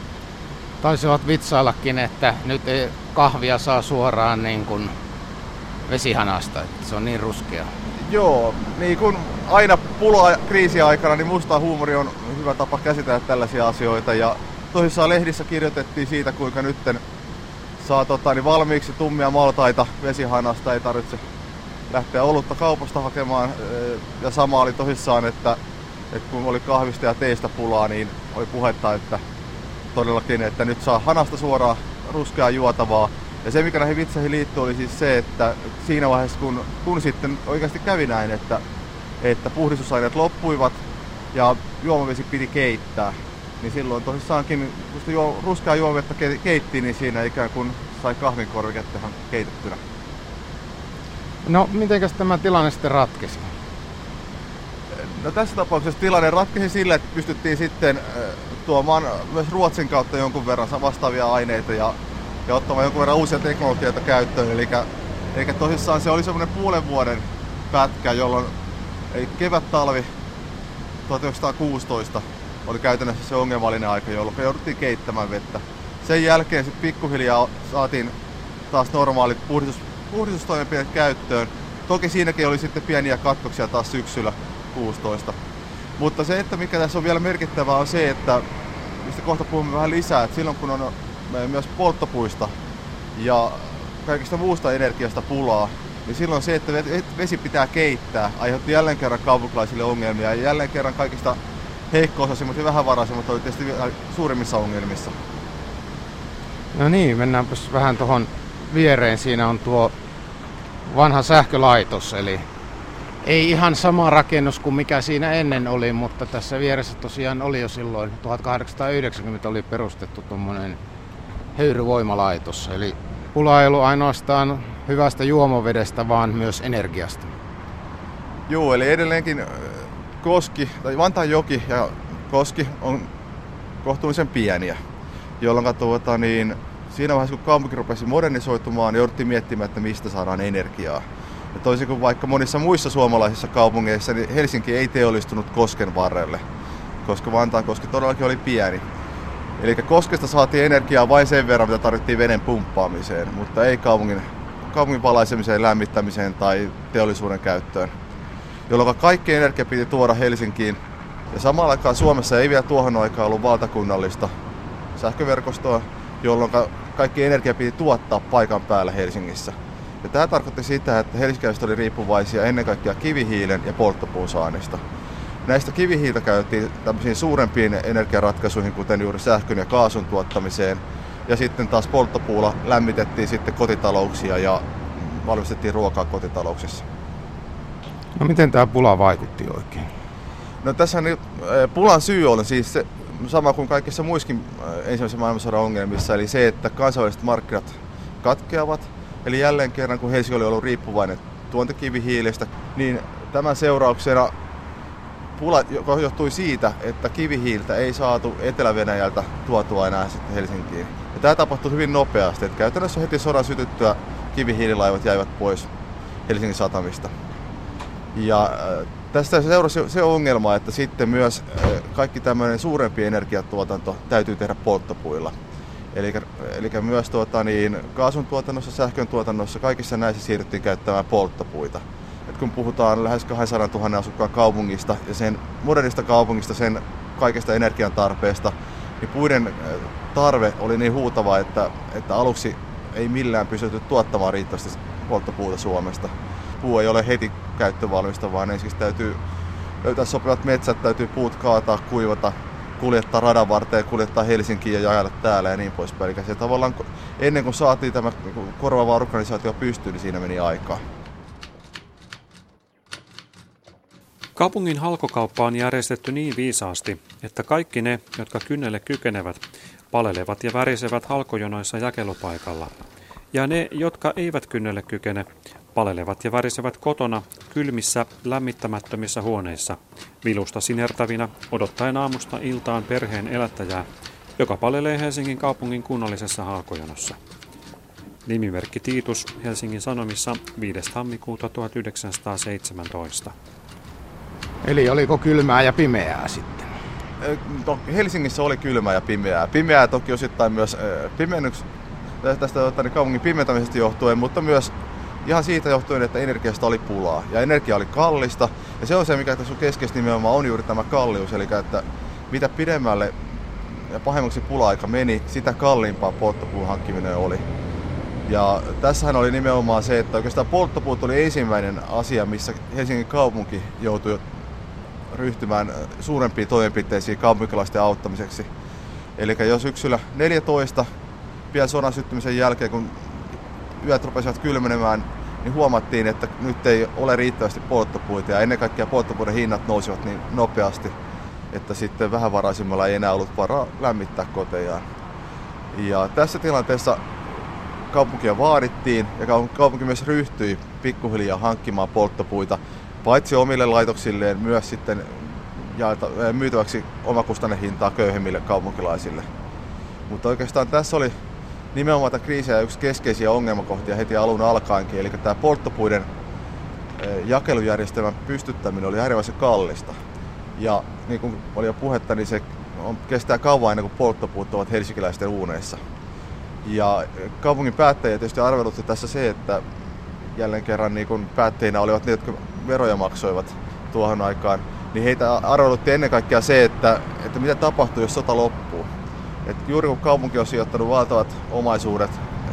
Taisivat vitsaillakin, että nyt ei kahvia saa suoraan niin kuin vesihanasta, että se on niin ruskea. Joo, niin kuin aina pula kriisiaikana, niin musta huumori on hyvä tapa käsitellä tällaisia asioita. Ja tosissaan lehdissä kirjoitettiin siitä, kuinka nytten saa tota, niin valmiiksi tummia maltaita vesihanasta, ei tarvitse lähteä olutta kaupasta hakemaan. Ja sama oli tosissaan, että, että kun oli kahvista ja teistä pulaa, niin oli puhetta, että todellakin, että nyt saa hanasta suoraan ruskeaa juotavaa. Ja se, mikä näihin vitseihin liittyy, oli siis se, että siinä vaiheessa, kun, kun sitten oikeasti kävi näin, että, että puhdistusaineet loppuivat ja juomavesi piti keittää, niin silloin tosissaankin, kun sitä juo, ruskeaa juomavettä keitti, niin siinä ikään kuin sai kahvinkorvikettehan keitettynä. No, mitenkäs tämä tilanne sitten ratkesi? No, tässä tapauksessa tilanne ratkesi sillä, että pystyttiin sitten tuomaan myös Ruotsin kautta jonkun verran vastaavia aineita ja, ja ottamaan jonkun verran uusia teknologioita käyttöön. Eli, eli tosissaan se oli semmoinen puolen vuoden pätkä, jolloin kevät-talvi tuhatyhdeksänsataakuusitoista oli käytännössä se ongelmallinen aika, jolloin jouduttiin keittämään vettä. Sen jälkeen sitten pikkuhiljaa saatiin taas normaalit puhdistus, puhdistustoimenpiteet käyttöön. Toki siinäkin oli sitten pieniä katkoksia taas syksyllä kuusitoista. Mutta se, että mikä tässä on vielä merkittävää, on se, että mistä kohta puhumme vähän lisää, että silloin kun on myös polttopuista ja kaikista muusta energiasta pulaa, niin silloin se, että vesi pitää keittää, aiheutti jälleen kerran kaupunkilaisille ongelmia ja jälleen kerran kaikista heikko-osaisimmat ja vähävaraisimmat oli tietysti suurimmissa ongelmissa. No niin, mennäänpäs vähän tuohon viereen. Siinä on tuo vanha sähkölaitos, eli ei ihan sama rakennus kuin mikä siinä ennen oli, mutta tässä vieressä tosiaan oli jo silloin tuhatkahdeksansataayhdeksänkymmentä oli perustettu tuommoinen höyryvoimalaitos. Eli pula ei ollut ainoastaan hyvästä juomavedestä, vaan myös energiasta. Joo, eli edelleenkin Koski, tai Vantaanjoki ja Koski on kohtuullisen pieniä, jolloin tuota, niin, siinä vaiheessa kun kaupunki rupesi modernisoitumaan, niin jouduttiin miettimään, että mistä saadaan energiaa. Ja toisin kuin vaikka monissa muissa suomalaisissa kaupungeissa, niin Helsinki ei teollistunut Kosken varrelle, koska Vantaankoski todellakin oli pieni. Eli Koskesta saatiin energiaa vain sen verran, mitä tarvittiin veden pumppaamiseen, mutta ei kaupungin, kaupungin valaisemiseen, lämmittämiseen tai teollisuuden käyttöön. Jolloin kaikki energia piti tuoda Helsinkiin. Ja samalla aikaan Suomessa ei vielä tuohon aikaan ollut valtakunnallista sähköverkostoa, jolloin kaikki energia piti tuottaa paikan päällä Helsingissä. Ja tämä tarkoitti sitä, että helsinkiläiset oli riippuvaisia ennen kaikkea kivihiilen ja polttopuun saannista. Näistä kivihiiltä käytettiin tämmöisiin suurempiin energiaratkaisuihin, kuten juuri sähkön ja kaasun tuottamiseen. Ja sitten taas polttopuulla lämmitettiin sitten kotitalouksia ja valmistettiin ruokaa kotitalouksissa. No miten tämä pula vaikutti oikein? No tässä nyt, pulan syy on siis se, sama kuin kaikissa muissakin ensimmäisen maailmansodan ongelmissa, eli se, että kansainväliset markkinat katkeavat. Eli jälleen kerran, kun Helsinki oli ollut riippuvainen tuontikivihiilestä, niin tämän seurauksena pula johtui siitä, että kivihiiltä ei saatu Etelä-Venäjältä tuotua enää sitten Helsinkiin. Ja tämä tapahtui hyvin nopeasti, että käytännössä heti sodan sytyttyä kivihiililaivat jäivät pois Helsingin satamista. Ja tästä seurasi se ongelma, että sitten myös kaikki tämmöinen suurempi energiatuotanto täytyy tehdä polttopuilla. Eli, eli myös tuota, niin, kaasun tuotannossa, sähkön tuotannossa, kaikissa näissä siirryttiin käyttämään polttopuita. Et kun puhutaan lähes kaksisataatuhatta asukkaan kaupungista ja sen modernista kaupungista, sen kaikesta energian tarpeesta, niin puiden tarve oli niin huutava, että, että aluksi ei millään pystytty tuottamaan riittävästi polttopuuta Suomesta. Puu ei ole heti käyttövalmista, vaan ensin täytyy löytää sopivat metsät, täytyy puut kaataa, kuivata, kuljettaa radan varteen, kuljettaa Helsinkiin ja jaella täällä ja niin poispäin. Eli se tavallaan ennen kuin saatiin tämä korvaava organisaatio pystyyn, niin siinä meni aikaa. Kaupungin halkokauppa on järjestetty niin viisaasti, että kaikki ne, jotka kynnelle kykenevät, palelevat ja värisevät halkojonoissa jakelupaikalla. Ja ne, jotka eivät kynnelle kykene, palelevat ja värisevät kotona kylmissä, lämmittämättömissä huoneissa, vilusta sinertävinä, odottaen aamusta iltaan perheen elättäjää, joka palelee Helsingin kaupungin kunnallisessa halkojonossa. Nimimerkki Tiitus Helsingin Sanomissa viides tammikuuta tuhatyhdeksänsataaseitsemäntoista. Eli oliko kylmää ja pimeää sitten? No, Helsingissä oli kylmää ja pimeää. Pimeää toki osittain myös pimennyks, tästä niin kaupungin pimentämisestä johtuen, mutta myös ihan siitä johtuen, että energiasta oli pulaa ja energia oli kallista. Ja se on se, mikä tässä on keskeistä nimenomaan, on juuri tämä kallius. Eli että mitä pidemmälle ja pahemmaksi pula-aika meni, sitä kalliimpaa polttopuun hankkiminen oli. Ja tässähän oli nimenomaan se, että oikeastaan polttopuut oli ensimmäinen asia, missä Helsingin kaupunki joutui ryhtymään suurempiin toimenpiteisiin kaupunkilaisten auttamiseksi. Eli jos syksyllä neljätoista pian sodan syttymisen jälkeen, kun yöt rupesivat kylmenemään, niin huomattiin, että nyt ei ole riittävästi polttopuita ja ennen kaikkea polttopuiden hinnat nousivat niin nopeasti, että sitten vähävaraisimmalla ei enää ollut varaa lämmittää kotejaan. Ja tässä tilanteessa kaupunkia vaadittiin ja kaupunki myös ryhtyi pikkuhiljaa hankkimaan polttopuita paitsi omille laitoksilleen myös sitten jaeta, myytäväksi omakustannehintaa köyhemmille kaupunkilaisille. Mutta oikeastaan tässä oli nimenomaan tämän kriisiä yksi keskeisiä ongelmakohtia heti alun alkaenkin, eli tämä polttopuiden jakelujärjestelmän pystyttäminen oli äärimmäisen kallista. Ja niin kuin oli jo puhetta, niin se on, kestää kauan ennen kuin polttopuut ovat helsinkiläisten uuneissa. Ja kaupungin päättäjät tietysti arvelutti tässä se, että jälleen kerran niin kun päättäjinä olivat ne, jotka veroja maksoivat tuohon aikaan, niin heitä arvelutti ennen kaikkea se, että, että mitä tapahtuu, jos sota loppuu. Et juuri kun kaupunki on sijoittanut valtavat omaisuudet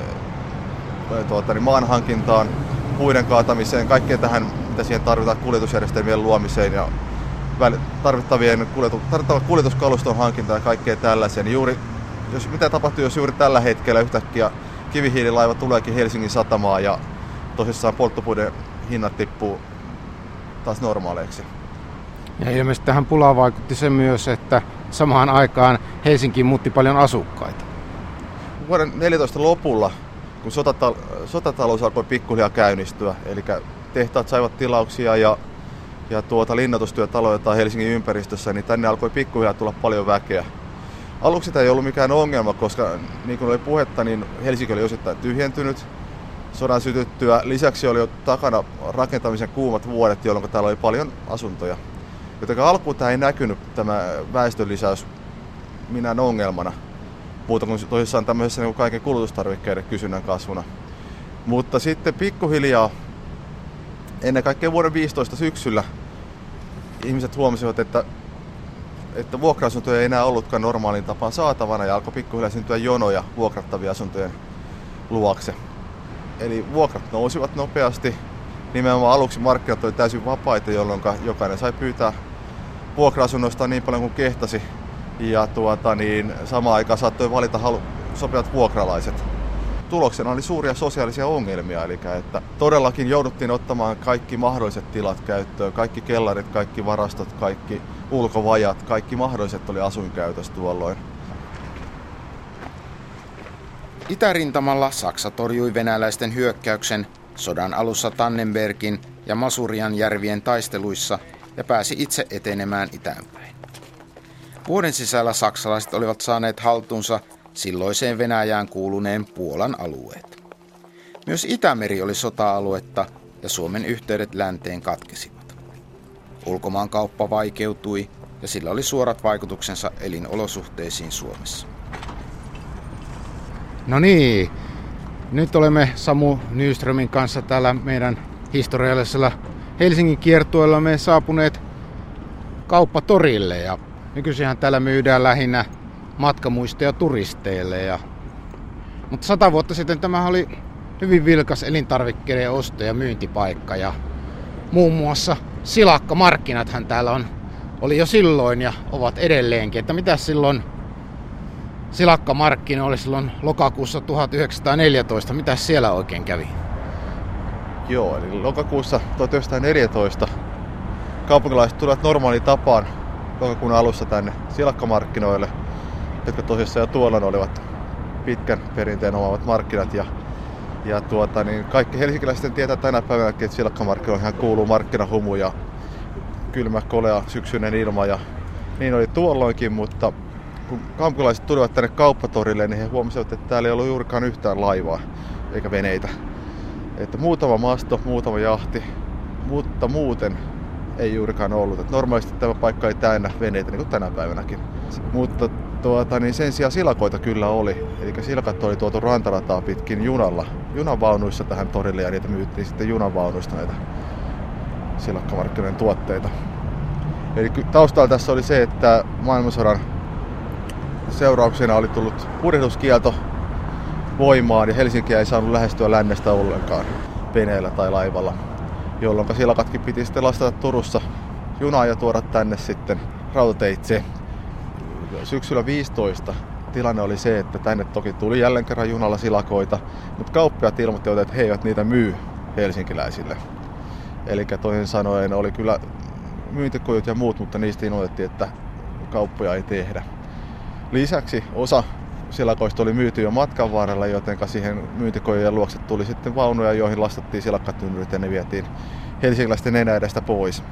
e, tuota, niin maanhankintaan, puiden kaatamiseen, kaikkeen tähän, mitä siihen tarvitaan, kuljetusjärjestelmien luomiseen ja tarvittavien kuljetu, tarvittavan kuljetuskaluston hankintaan ja kaikkeen tällaiseen, niin juuri jos, mitä tapahtuu, jos juuri tällä hetkellä yhtäkkiä kivihiililaiva tuleekin Helsingin satamaan ja tosissaan polttopuiden hinnat tippuu taas normaaleiksi. Ja ilmeisesti tähän pulaan vaikutti se myös, että samaan aikaan Helsinkiin muutti paljon asukkaita. Vuoden neljätoista lopulla, kun sotatal- sotatalous alkoi pikkuhiljaa käynnistyä, eli tehtaat saivat tilauksia ja, ja tuota linnoitustyöt aloitetaan Helsingin ympäristössä, niin tänne alkoi pikkuhiljaa tulla paljon väkeä. Aluksi tämä ei ollut mikään ongelma, koska niin kuin oli puhetta, niin Helsinki oli osittain tyhjentynyt sodan sytyttyä. Lisäksi oli jo takana rakentamisen kuumat vuodet, jolloin täällä oli paljon asuntoja. Joten alkuun tämä ei näkynyt, tämä väestönlisäys, minään ongelmana, muuta kuin tosissaan tämmöisessä niin kuin kaiken kulutustarvikkeiden kysynnän kasvuna. Mutta sitten pikkuhiljaa, ennen kaikkea vuoden viisitoista syksyllä, ihmiset huomasivat, että että vuokra-asuntoja ei enää ollutkaan normaalin tapaan saatavana ja alkoi pikkuhiljaa syntyä jonoja vuokrattavien asuntojen luokse. Eli vuokrat nousivat nopeasti. Nimenomaan aluksi markkinat oli täysin vapaita, jolloin jokainen sai pyytää vuokra-asunnoista niin paljon kuin kehtasi. Ja tuota, niin, samaan aikaan saattoi valita halu- sopivat vuokralaiset. Tuloksena oli suuria sosiaalisia ongelmia, eli että todellakin jouduttiin ottamaan kaikki mahdolliset tilat käyttöön. Kaikki kellarit, kaikki varastot, kaikki ulkovajat, kaikki mahdolliset oli asuinkäytössä tuolloin. Itärintamalla Saksa torjui venäläisten hyökkäyksen sodan alussa Tannenbergin ja Masurian järvien taisteluissa ja pääsi itse etenemään itäänpäin. Vuoden sisällä saksalaiset olivat saaneet haltuunsa silloiseen Venäjään kuuluneen Puolan alueet. Myös Itämeri oli sota-aluetta ja Suomen yhteydet länteen katkesivat. Ulkomaankauppa vaikeutui ja sillä oli suorat vaikutuksensa elinolosuhteisiin Suomessa. No niin, nyt olemme Samu Nyströmin kanssa täällä meidän historiallisella Helsingin kiertueella me saapuneet kauppatorille ja nykyisinhän täällä myydään lähinnä matkamuistoja turisteille. Ja... Mutta sata vuotta sitten tämä oli hyvin vilkas elintarvikkeiden osto- ja myyntipaikka ja muun muassa silakkamarkkinathan täällä on, oli jo silloin ja ovat edelleenkin. Että mitä silloin silakkamarkkina oli silloin lokakuussa tuhatyhdeksänsataaneljätoista, mitä siellä oikein kävi? Joo, eli lokakuussa tuhatyhdeksänsataaneljätoista kaupunkilaiset tulivat normaaliin tapaan lokakuun alussa tänne silakkamarkkinoille, jotka tosissaan jo tuolloin olivat pitkän perinteen omaavat markkinat. Ja, ja tuota, niin kaikki helsinkiläiset tietää tänä päivänäkin, että silakkamarkkinoihin kuuluu markkinahumu ja kylmä, kolea, syksyinen ilma. Ja niin oli tuolloinkin, mutta kun kaupunkilaiset tulivat tänne kauppatorille, niin he huomasivat, että täällä ei ollut juurikaan yhtään laivaa eikä veneitä. Että muutama masto, muutama jahti, mutta muuten ei juurikaan ollut. Että normaalisti tämä paikka ei täynnä veneitä, niin kuin tänä päivänäkin. Mutta tuota, niin sen sijaan silakoita kyllä oli. Eli silakat oli tuotu rantarataa pitkin junalla, junavaunuissa tähän torille ja niitä myyttiin sitten junavaunuista näitä silakkamarkkinoiden tuotteita. Eli taustalla tässä oli se, että maailmansodan seurauksena oli tullut purjehduskielto voimaan ja Helsinkiä ei saanut lähestyä lännestä ollenkaan veneellä tai laivalla, jolloin silakatkin piti sitten lastata Turussa junaan ja tuoda tänne sitten rautateitse. Syksyllä viisitoista tilanne oli se, että tänne toki tuli jälleen kerran junalla silakoita, mutta kauppiaat ilmoittivat, että he eivät niitä myy helsinkiläisille. Eli toisin sanoen oli kyllä myyntikojut ja muut, mutta niistä ilmoitettiin, että kauppoja ei tehdä. Lisäksi osa silakoista oli myyty jo matkan varrella, joten siihen myyntikojojen luokse tuli sitten vaunuja, joihin lastattiin silakkatynnyrit ja ne vietiin helsinkiläisten nenä edestä pois.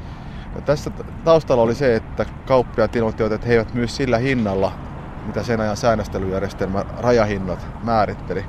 Ja tässä taustalla oli se, että kauppiaat ilmoittivat, että he eivät myy sillä hinnalla, mitä sen ajan säännöstelyjärjestelmä rajahinnat määritteli.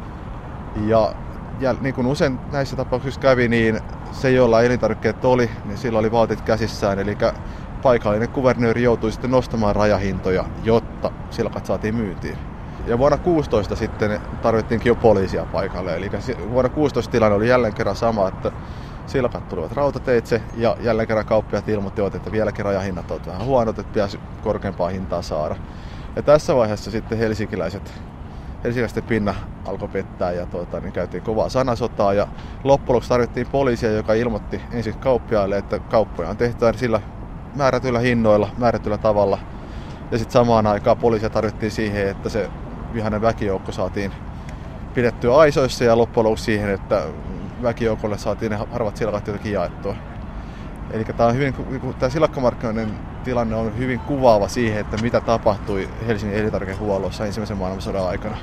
Ja, ja niin kuin usein näissä tapauksissa kävi, niin se, jolla elintarvikkeet oli, niin sillä oli valtit käsissään. Eli paikallinen kuvernööri joutui sitten nostamaan rajahintoja, jotta silakat saatiin myyntiin. Ja vuonna kuusitoista sitten tarvittiinkin jo poliisia paikalle. Eli vuonna kuusitoista tilanne oli jälleen kerran sama, että silakat tulivat rautateitse ja jälleen kerran kauppiaat ilmoittivat, että vieläkin rajahinnat ovat vähän huonot, että pitäisi korkeampaa hintaa saada. Ja tässä vaiheessa sitten helsinkiläiset, helsinkiläisten pinna alkoi pettää ja tuota, niin käytiin kovaa sanasotaa ja loppujen lopuksi tarvittiin poliisia, joka ilmoitti ensin kauppiaille, että kauppoja on tehty sillä määrätyillä hinnoilla, määrätyllä tavalla. Ja sitten samaan aikaan poliisia tarvittiin siihen, että se vihainen väkijoukko saatiin pidettyä aisoissa ja loppujen lopuksi siihen, että väkijoukolle saatiin ne harvat silakat jotenkin jaettua. Eli tämä, on hyvin, tämä silakkamarkkinoiden tilanne on hyvin kuvaava siihen, että mitä tapahtui Helsingin elintarvikehuollossa ensimmäisen maailmansodan aikana.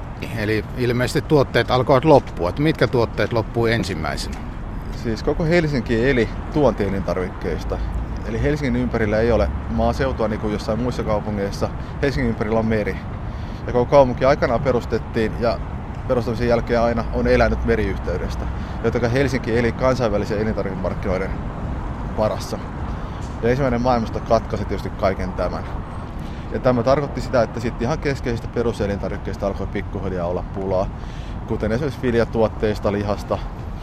Eli ilmeisesti tuotteet alkoivat loppua. Että mitkä tuotteet loppui ensimmäisenä? Siis koko Helsinki eli tuontielintarvikkeista. Eli Helsingin ympärillä ei ole maaseutua niin kuin jossain muissa kaupungeissa. Helsingin ympärillä on meri. Ja koko kaupunki aikanaan perustettiin ja perustamisen jälkeen aina on elänyt meriyhteydestä. Joten Helsinki eli kansainvälisen elintarvikemarkkinoiden varassa. Ja ensimmäinen maailmasta katkaisi tietysti kaiken tämän. Ja tämä tarkoitti sitä, että sitten ihan keskeisistä peruselintarvikkeista alkoi pikkuhiljaa olla pulaa. Kuten esimerkiksi viljatuotteista, lihasta,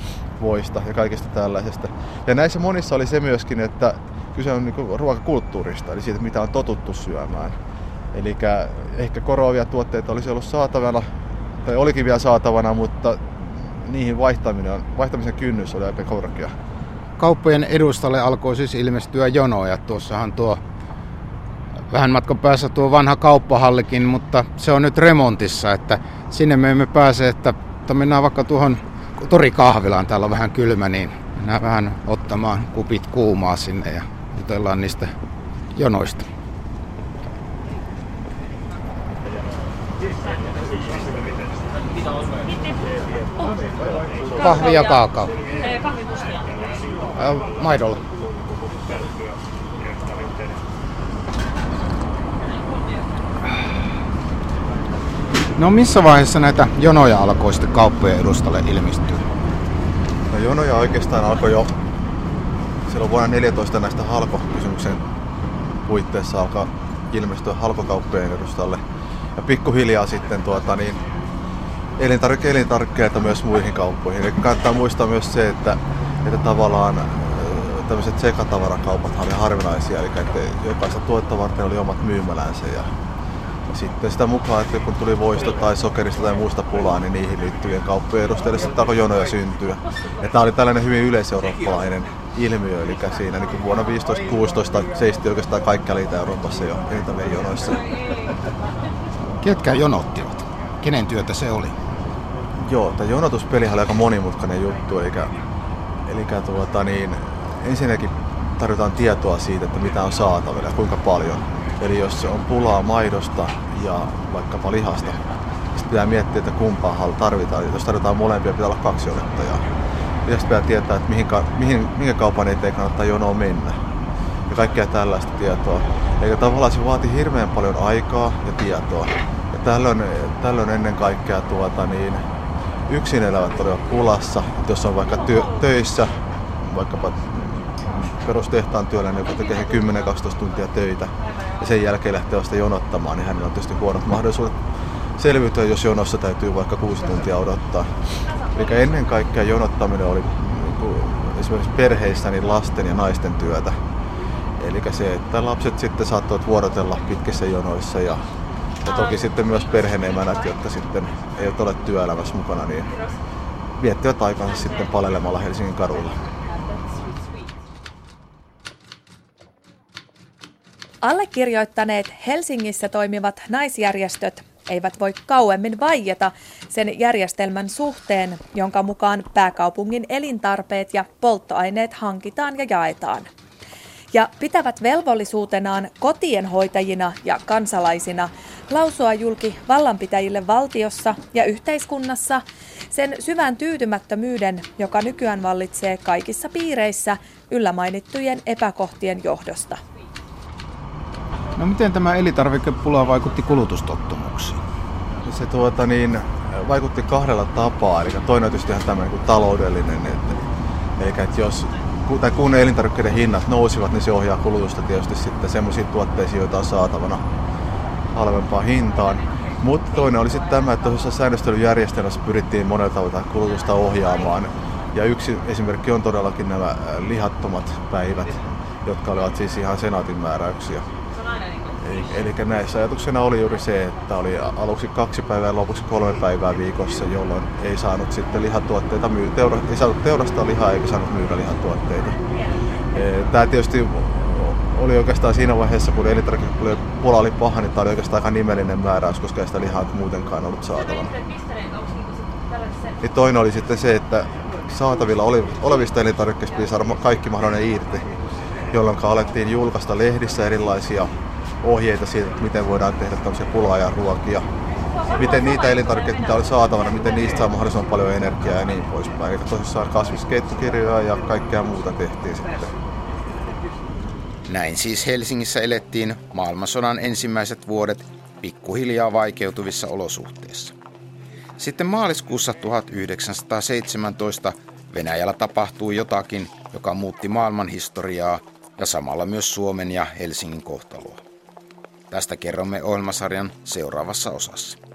voista ja kaikesta tällaisesta. Ja näissä monissa oli se myöskin, että kyse on niinku ruokakulttuurista, eli siitä mitä on totuttu syömään. Eli ehkä koroavia tuotteita olisi ollut saatavana, tai olikin vielä saatavana, mutta niihin vaihtaminen, vaihtamisen kynnys oli aika korkea. Kauppojen edustalle alkoi siis ilmestyä jonoja. Tuossahan tuo vähän matkan päässä tuo vanha kauppahallikin, mutta se on nyt remontissa, että sinne me emme pääse, että, että mennään vaikka tuohon torikahvilaan, täällä on vähän kylmä, niin mennään vähän ottamaan kupit kuumaa sinne ja jutellaan niistä jonoista. Kahvi ja kaakao. Kahvipustia. Maidolla. No missä vaiheessa näitä jonoja alkoi sitten kauppojen edustalle ilmestyä? No No jonoja oikeastaan alkoi jo silloin vuonna neljätoista näistä halkokysymyksen puitteissa alkaa ilmestyä halkokauppojen edustalle. Ja pikkuhiljaa sitten tuota, niin, elintarvike elintarvikkeita myös muihin kauppoihin. Eli kannattaa muistaa myös se, että, että tavallaan tämmöiset sekatavarakaupat oli harvinaisia, eli että jokaista tuotetta varten oli omat myymälänsä. Ja, ja sitten sitä mukaan, että kun tuli voista tai sokerista tai muusta pulaa, niin niihin liittyvien kauppojen edustajille sitten alkoi jonoja syntyä. Ja tämä oli tällainen hyvin yleiseurooppalainen ilmiö, eli siinä niin vuonna viisitoista kuusitoista seisti oikeastaan kaikkialla Itä-Euroopassa jo elintarvikejonoissa. Ketkä jonottivat? Kenen työtä se oli? Joo, tämä jonotuspeli oli aika monimutkainen juttu, eli, eli tuota, niin, ensinnäkin tarvitaan tietoa siitä, että mitä on saatavilla ja kuinka paljon. Eli jos on pulaa maidosta ja vaikkapa lihasta, sitten pitää miettiä, että kumpaa tarvitaan. Jos tarvitaan molempia, pitää olla kaksi jonottajaa. Lisäksi pitää tietää, että mihin, mihin, minkä kaupan eteen kannattaa jonoon mennä. Ja kaikkea tällaista tietoa. Eli tavallaan se vaatii hirveän paljon aikaa ja tietoa. Ja tällöin, tällöin ennen kaikkea tuota, niin, yksin elävät olivat pulassa. Että jos on vaikka työ, töissä, vaikkapa perustehtaan työläinen, joka tekee kymmenen kaksitoista tuntia töitä ja sen jälkeen lähtee vasta jonottamaan, niin hänellä on tietysti huonot mahdollisuudet selviytyä, jos jonossa täytyy vaikka kuusi tuntia odottaa. Eli ennen kaikkea jonottaminen oli niin kuin esimerkiksi perheissä niin lasten ja naisten työtä. Eli se, että lapset sitten saattoivat vuorotella pitkissä jonoissa ja, ja toki sitten myös perheenemänät, jotka sitten eivät ole työelämässä mukana, niin viettivät aikansa sitten palelemalla Helsingin kaduilla. Allekirjoittaneet Helsingissä toimivat naisjärjestöt eivät voi kauemmin vaieta sen järjestelmän suhteen, jonka mukaan pääkaupungin elintarpeet ja polttoaineet hankitaan ja jaetaan. Ja pitävät velvollisuutenaan kotien hoitajina ja kansalaisina lausua julki vallanpitäjille valtiossa ja yhteiskunnassa sen syvän tyytymättömyyden, joka nykyään vallitsee kaikissa piireissä yllä mainittujen epäkohtien johdosta. No miten tämä elintarvikepula vaikutti kulutustottumuksiin? Se tuota, niin, vaikutti kahdella tapaa. Eli toinen on tietysti ihan tämmöinen niin taloudellinen. Että, eli että jos tai kun elintarvikkeiden hinnat nousivat, niin se ohjaa kulutusta tietysti sitten semmoisiin tuotteisiin, joita on saatavana halvempaan hintaan. Mutta toinen oli sitten tämä, että tuossa säännöstelyjärjestelmässä pyrittiin monella tavalla kulutusta ohjaamaan. Ja yksi esimerkki on todellakin nämä lihattomat päivät, jotka olivat siis ihan senaatin määräyksiä. Eli näissä ajatuksena oli juuri se, että oli aluksi kaksi päivää ja lopuksi kolme päivää viikossa, jolloin ei saanut sitten lihatuotteita myydä, teura, ei saanut teurastaa lihaa eikä saanut myydä lihatuotteita. Tämä tietysti oli oikeastaan siinä vaiheessa, kun elintarvikepula oli paha, niin tämä oli oikeastaan aika nimellinen määräys, koska ei sitä lihaa muutenkaan ollut saatavana. Toinen oli sitten se, että saatavilla olevista elintarvikkeista piti saada kaikki mahdollinen irti, jolloin alettiin julkaista lehdissä erilaisia ohjeita siitä, että miten voidaan tehdä tämmöisiä pula-ajan ruokia, miten niitä elintarvikkeita, mitä oli saatavana, miten niistä saa mahdollisimman paljon energiaa ja niin poispäin. Eli tosissaan kasviskeittokirjoja ja kaikkea muuta tehtiin sitten. Näin siis Helsingissä elettiin maailmansodan ensimmäiset vuodet pikkuhiljaa vaikeutuvissa olosuhteissa. Sitten maaliskuussa tuhatyhdeksänsataaseitsemäntoista Venäjällä tapahtui jotakin, joka muutti maailman historiaa ja samalla myös Suomen ja Helsingin kohtaloa. Tästä kerromme ohjelmasarjan seuraavassa osassa.